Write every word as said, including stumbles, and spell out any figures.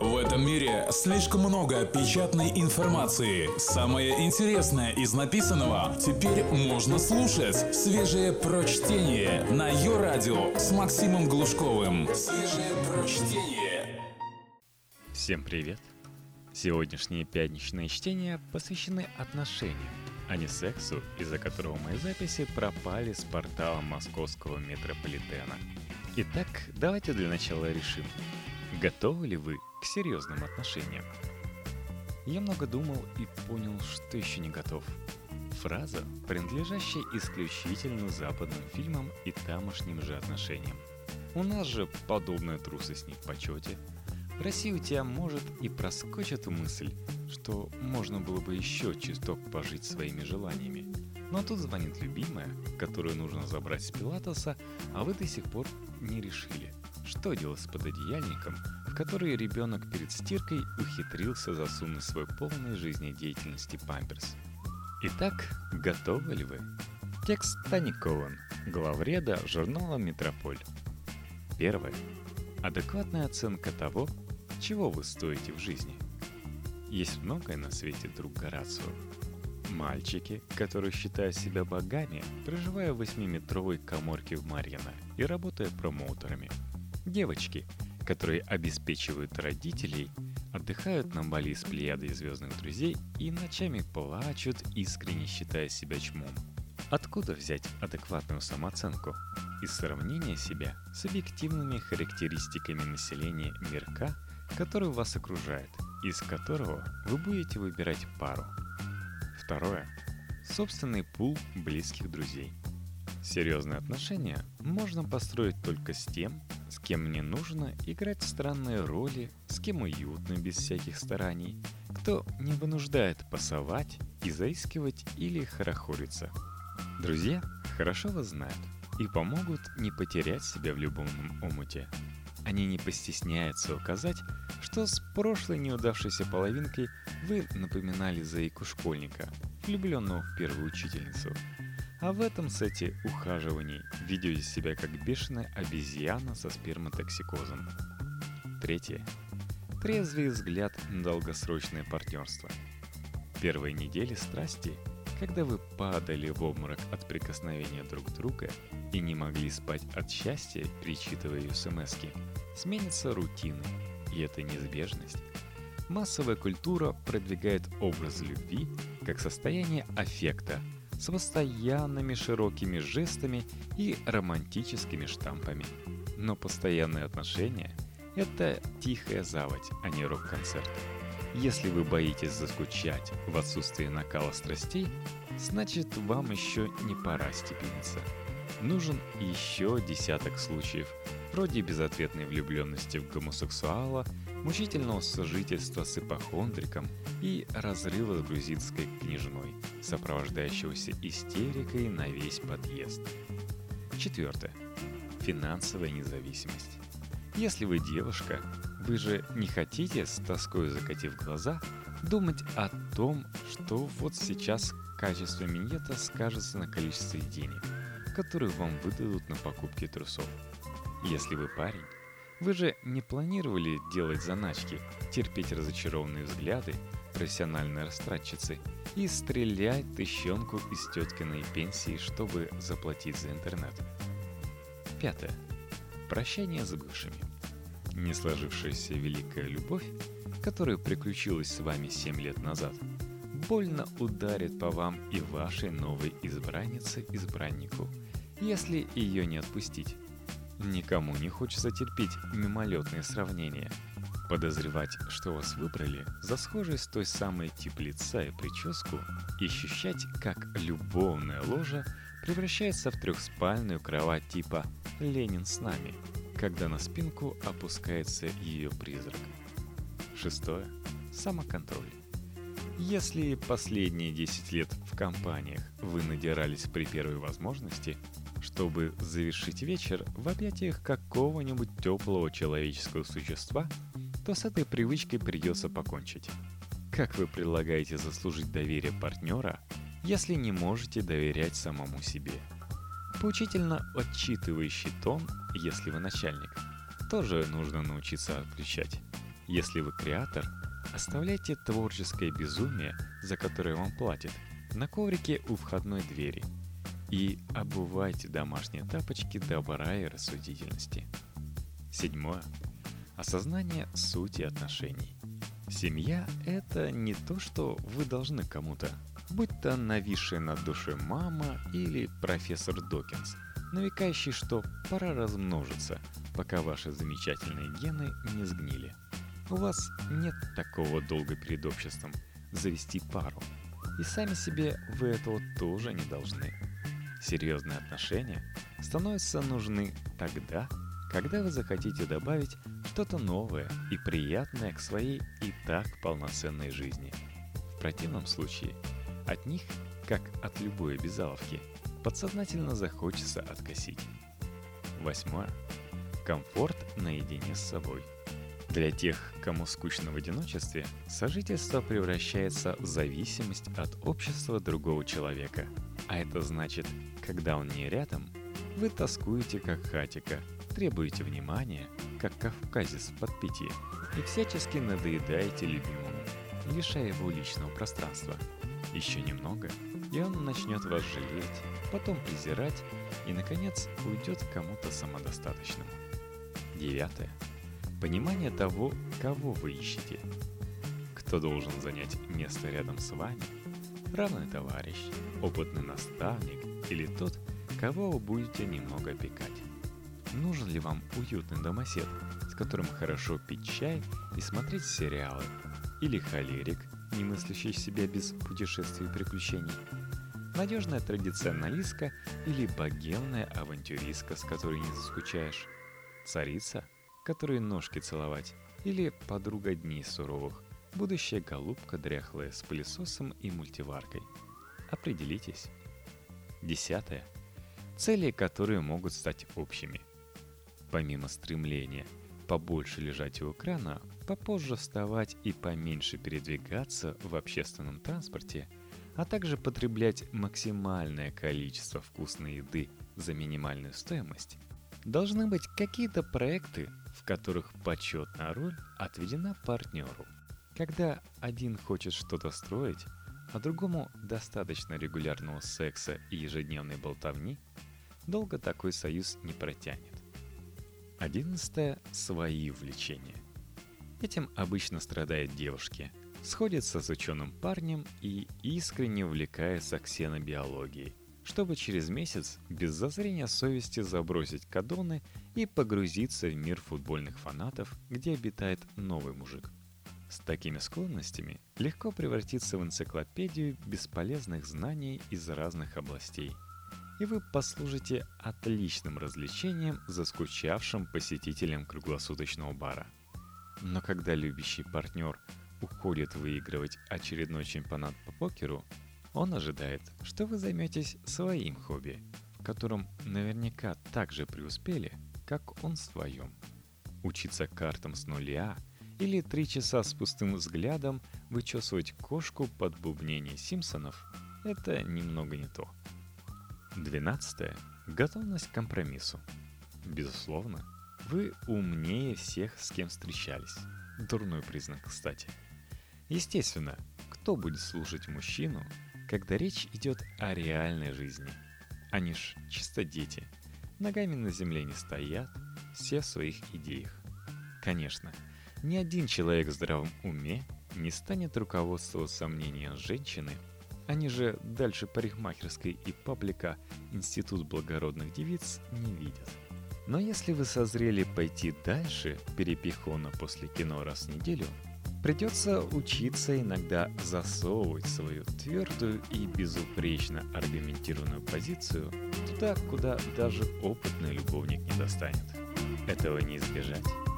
В этом мире слишком много печатной информации. Самое интересное из написанного теперь можно слушать. Свежее прочтение на Йо-Радио с Максимом Глушковым. Свежее прочтение. Всем привет! Сегодняшние пятничные чтения посвящены отношениям, а не сексу, из-за которого мои записи пропали с портала московского метрополитена. Итак, давайте для начала решим, готовы ли вы к серьезным отношениям? Я много думал и понял, что еще не готов. Фраза, принадлежащая исключительно западным фильмам и тамошним же отношениям. У нас же подобная трусость не в почете. В России у тебя может и проскочит мысль, что можно было бы еще чуток пожить своими желаниями. Но тут звонит любимая, которую нужно забрать с пилатеса, а вы до сих пор не решили, что делать с пододеяльником, в который ребенок перед стиркой ухитрился засунуть свой полной жизнедеятельности памперс. Итак, готовы ли вы? Текст Тани Коэн, главреда журнала «Метрополь». Первое. Адекватная оценка того, чего вы стоите в жизни. Есть многое на свете, друг Горацио. Мальчики, которые считают себя богами, проживая в восьмиметровой каморке в Марьино и работая промоутерами. Девочки, которые обеспечивают родителей, отдыхают на Бали с плеядой звездных друзей и ночами плачут, искренне считая себя чмом. Откуда взять адекватную самооценку? Из сравнения себя с объективными характеристиками населения мирка, который вас окружает, из которого вы будете выбирать пару. Второе. Собственный пул близких друзей. Серьезные отношения можно построить только с тем, с кем мне нужно играть странные роли, с кем уютно без всяких стараний, кто не вынуждает пасовать и заискивать или хорохориться. Друзья хорошо вас знают и помогут не потерять себя в любовном омуте. Они не постесняются указать, что с прошлой неудавшейся половинкой вы напоминали заику школьника, влюбленного в первую учительницу. А в этом сете ухаживаний ведете себя как бешеная обезьяна со сперматоксикозом. Третье. Трезвый взгляд на долгосрочное партнерство. Первые недели страсти, когда вы падали в обморок от прикосновения друг друга и не могли спать от счастья, перечитывая смски, сменится рутиной, и это неизбежность. Массовая культура продвигает образ любви как состояние аффекта с постоянными широкими жестами и романтическими штампами. Но постоянные отношения – это тихая заводь, а не рок-концерт. Если вы боитесь заскучать в отсутствии накала страстей, значит, вам еще не пора степениться. Нужен еще десяток случаев, вроде безответной влюбленности в гомосексуала, мучительного сожительства с ипохондриком и разрыва с грузинской княжной, сопровождающегося истерикой на весь подъезд. Четвертое. Финансовая независимость. Если вы девушка, вы же не хотите, с тоской закатив глаза, думать о том, что вот сейчас качество миньета скажется на количестве денег, которые вам выдадут на покупки трусов. Если вы парень, вы же не планировали делать заначки, терпеть разочарованные взгляды профессиональной растратчицы и стрелять тыщенку из теткиной пенсии, чтобы заплатить за интернет. Пятое. Прощание с бывшими. Не сложившаяся великая любовь, которая приключилась с вами семь лет назад, больно ударит по вам и вашей новой избраннице-избраннику, если ее не отпустить. Никому не хочется терпеть мимолетные сравнения. Подозревать, что вас выбрали за схожесть с той самой тип лица и прическу, и ощущать, как любовная ложа превращается в трехспальную кровать типа «Ленин с нами», когда на спинку опускается ее призрак. Шестое. Самоконтроль. Если последние десять лет в компаниях вы надирались при первой возможности, чтобы завершить вечер в объятиях какого-нибудь теплого человеческого существа, то с этой привычкой придется покончить. Как вы предлагаете заслужить доверие партнера, если не можете доверять самому себе? Поучительно отчитывающий тон, если вы начальник, тоже нужно научиться отключать. Если вы креатор, оставляйте творческое безумие, за которое вам платят, на коврике у входной двери и обувайте домашние тапочки добра и рассудительности. Седьмое. Осознание сути отношений. Семья – это не то, что вы должны кому-то, будь то нависшая над душой мама или профессор Докинс, намекающий, что пора размножиться, пока ваши замечательные гены не сгнили. У вас нет такого долга перед обществом завести пару, и сами себе вы этого тоже не должны. Серьезные отношения становятся нужны тогда, когда вы захотите добавить что-то новое и приятное к своей и так полноценной жизни. В противном случае от них, как от любой обязаловки, подсознательно захочется откосить. Восьмое. Комфорт наедине с собой. Для тех, кому скучно в одиночестве, сожительство превращается в зависимость от общества другого человека. А это значит, когда он не рядом, вы тоскуете как хатика, требуете внимания, как кавказец в подпитии, и всячески надоедаете любимому, лишая его личного пространства. Еще немного, и он начнет вас жалеть, потом презирать и, наконец, уйдет к кому-то самодостаточному. Девятое. Понимание того, кого вы ищете. Кто должен занять место рядом с вами? Равный товарищ, опытный наставник или тот, кого вы будете немного опекать? Нужен ли вам уютный домосед, с которым хорошо пить чай и смотреть сериалы? Или холерик, не мыслящий себя без путешествий и приключений? Надежная традиционалистка или богемная авантюристка, с которой не заскучаешь? Царица, которой ножки целовать? Или подруга дней суровых, будущая голубка дряхлая с пылесосом и мультиваркой? Определитесь. Десятое. Цели, которые могут стать общими. Помимо стремления побольше лежать у экрана, попозже вставать и поменьше передвигаться в общественном транспорте, а также потреблять максимальное количество вкусной еды за минимальную стоимость, должны быть какие-то проекты, в которых почетная роль отведена партнеру. Когда один хочет что-то строить, а другому достаточно регулярного секса и ежедневной болтовни, долго такой союз не протянет. Одиннадцатое. Свои увлечения. Этим обычно страдают девушки. Сходятся с ученым парнем и искренне увлекаются ксенобиологией, чтобы через месяц без зазрения совести забросить кадоны и погрузиться в мир футбольных фанатов, где обитает новый мужик. С такими склонностями легко превратиться в энциклопедию бесполезных знаний из разных областей, и вы послужите отличным развлечением заскучавшим посетителям круглосуточного бара. Но когда любящий партнер уходит выигрывать очередной чемпионат по покеру, он ожидает, что вы займетесь своим хобби, в котором наверняка так же преуспели, как он в своем. Учиться картам с нуля или три часа с пустым взглядом вычесывать кошку под бубнение Симпсонов – это немного не то. Двенадцатое. Готовность к компромиссу. Безусловно, вы умнее всех, с кем встречались. Дурной признак, кстати. Естественно, кто будет слушать мужчину, когда речь идет о реальной жизни? Они ж чисто дети, ногами на земле не стоят, все в своих идеях. Конечно, ни один человек в здравом уме не станет руководствоваться мнением женщины, они же дальше парикмахерской и паблика Институт благородных девиц не видят. Но если вы созрели пойти дальше перепихона после кино раз в неделю, придется учиться иногда засовывать свою твердую и безупречно аргументированную позицию туда, куда даже опытный любовник не достанет. Этого не избежать.